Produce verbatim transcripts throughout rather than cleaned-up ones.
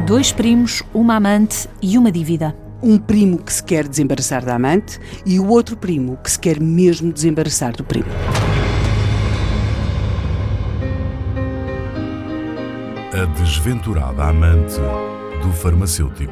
Dois primos, uma amante e uma dívida. Um primo que se quer desembaraçar da amante e o outro primo que se quer mesmo desembaraçar do primo. A desventurada amante do farmacêutico.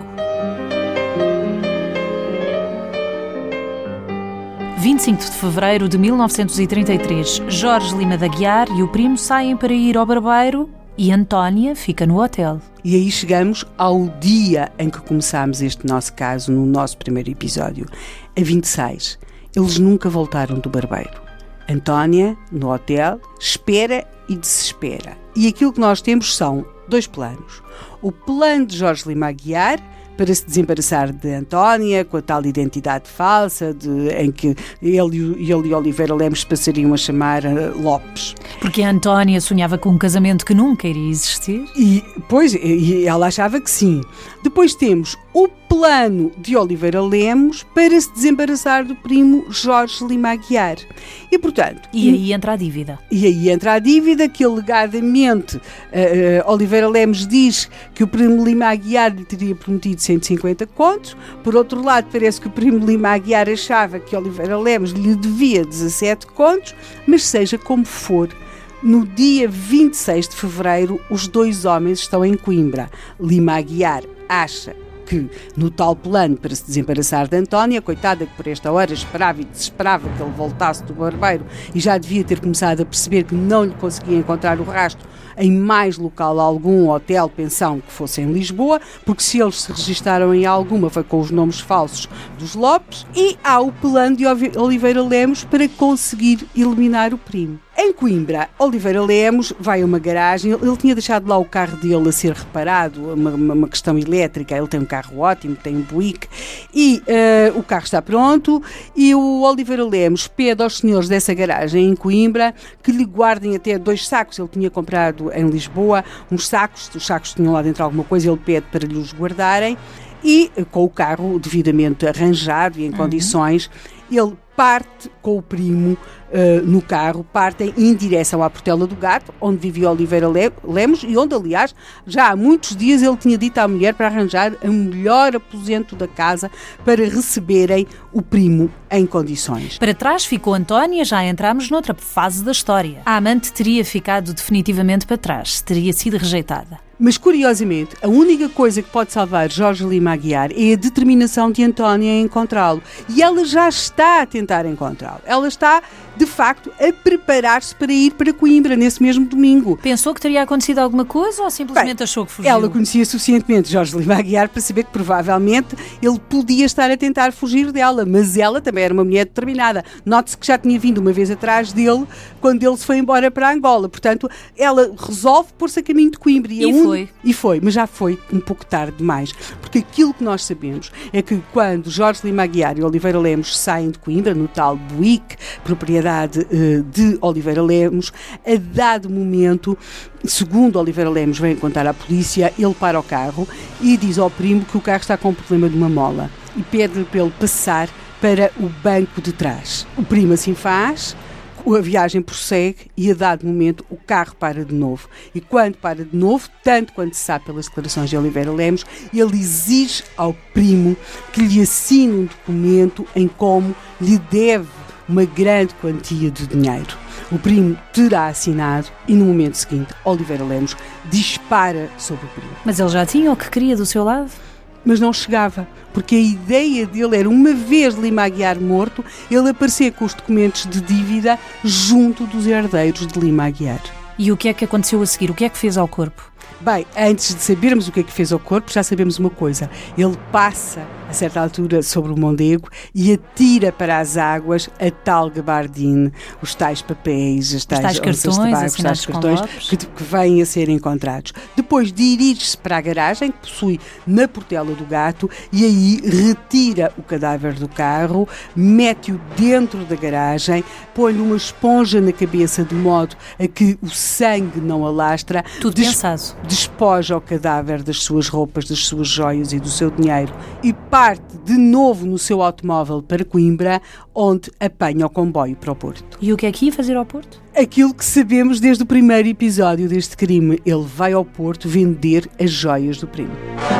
vinte e cinco de fevereiro de mil novecentos e trinta e três, Jorge Lima de Aguiar e o primo saem para ir ao barbeiro e Antónia fica no hotel. E aí chegamos ao dia em que começámos este nosso caso, no nosso primeiro episódio, a vinte e seis. Eles nunca voltaram do barbeiro. Antónia, no hotel, espera e desespera. E aquilo que nós temos são dois planos. O plano de Jorge Lima Aguiar, para se desembaraçar de Antónia, com a tal identidade falsa, de, em que ele, ele e Oliveira Lemos passariam a chamar uh, Lopes. Porque a Antónia sonhava com um casamento que nunca iria existir? E, pois, e ela achava que sim. Depois temos o plano de Oliveira Lemos para se desembaraçar do primo Jorge Lima Aguiar. E, portanto... E aí entra a dívida. E aí entra a dívida, que alegadamente uh, uh, Oliveira Lemos diz que o primo Lima Aguiar lhe teria prometido cento e cinquenta contos. Por outro lado, parece que o primo Lima Aguiar achava que Oliveira Lemos lhe devia dezassete contos, mas seja como for, no dia vinte e seis de fevereiro, os dois homens estão em Coimbra. Lima Aguiar acha que no tal plano para se desembaraçar de Antónia, coitada que por esta hora esperava e desesperava que ele voltasse do barbeiro e já devia ter começado a perceber que não lhe conseguia encontrar o rastro em mais local algum, hotel, pensão que fosse em Lisboa, porque se eles se registaram em alguma foi com os nomes falsos dos Lopes. E há o plano de Oliveira Lemos para conseguir eliminar o primo. Em Coimbra, Oliveira Lemos vai a uma garagem, ele tinha deixado lá o carro dele a ser reparado, uma, uma questão elétrica, ele tem um carro ótimo, tem um Buick, e uh, o carro está pronto, e o Oliveira Lemos pede aos senhores dessa garagem em Coimbra que lhe guardem até dois sacos, ele tinha comprado em Lisboa uns sacos, os sacos tinham lá dentro alguma coisa, ele pede para lhe os guardarem, e com o carro devidamente arranjado e em uhum. condições, ele parte com o primo uh, no carro, partem em direção à Portela do Gato, onde vivia Oliveira Lemos e onde, aliás, já há muitos dias ele tinha dito à mulher para arranjar o melhor aposento da casa para receberem o primo em condições. Para trás ficou Antónia, já entramos noutra fase da história. A amante teria ficado definitivamente para trás, teria sido rejeitada. Mas, curiosamente, a única coisa que pode salvar Jorge Lima Aguiar é a determinação de Antónia em encontrá-lo. E ela já está a tentar encontrá-lo. Ela está, de facto, a preparar-se para ir para Coimbra nesse mesmo domingo. Pensou que teria acontecido alguma coisa ou simplesmente Bem, achou que fugiu? Ela conhecia suficientemente Jorge Lima Aguiar para saber que, provavelmente, ele podia estar a tentar fugir dela. Mas ela também era uma mulher determinada. Note-se que já tinha vindo uma vez atrás dele quando ele se foi embora para Angola. Portanto, ela resolve pôr-se a caminho de Coimbra. E, e foi. E foi, mas já foi um pouco tarde demais, porque aquilo que nós sabemos é que quando Jorge Lima Aguiar e Oliveira Lemos saem de Coimbra, no tal Buick, propriedade uh, de Oliveira Lemos, a dado momento, segundo Oliveira Lemos vem contar à polícia, ele para o carro e diz ao primo que o carro está com um problema de uma mola e pede-lhe para ele passar para o banco de trás. O primo assim faz. A viagem prossegue e, a dado momento, o carro para de novo. E quando para de novo, tanto quanto se sabe pelas declarações de Oliveira Lemos, ele exige ao primo que lhe assine um documento em como lhe deve uma grande quantia de dinheiro. O primo terá assinado e, no momento seguinte, Oliveira Lemos dispara sobre o primo. Mas ele já tinha o que queria do seu lado? Mas não chegava, porque a ideia dele era, uma vez Lima Aguiar morto, ele aparecer com os documentos de dívida junto dos herdeiros de Lima Aguiar. E o que é que aconteceu a seguir? O que é que fez ao corpo? Bem, antes de sabermos o que é que fez ao corpo, já sabemos uma coisa. Ele passa, a certa altura, sobre o Mondego e atira para as águas a tal gabardine, os tais papéis, os tais, tais cartões, tabacos, os tais cartões que, que vêm a ser encontrados. Depois dirige-se para a garagem, que possui na Portela do Gato, e aí retira o cadáver do carro, mete-o dentro da garagem, põe-lhe uma esponja na cabeça de modo a que o sangue não alastra. Tudo des- pensado. Despoja o cadáver das suas roupas, das suas joias e do seu dinheiro e parte de novo no seu automóvel para Coimbra, onde apanha o comboio para o Porto. E o que é que ia fazer ao Porto? Aquilo que sabemos desde o primeiro episódio deste crime. Ele vai ao Porto vender as joias do primo.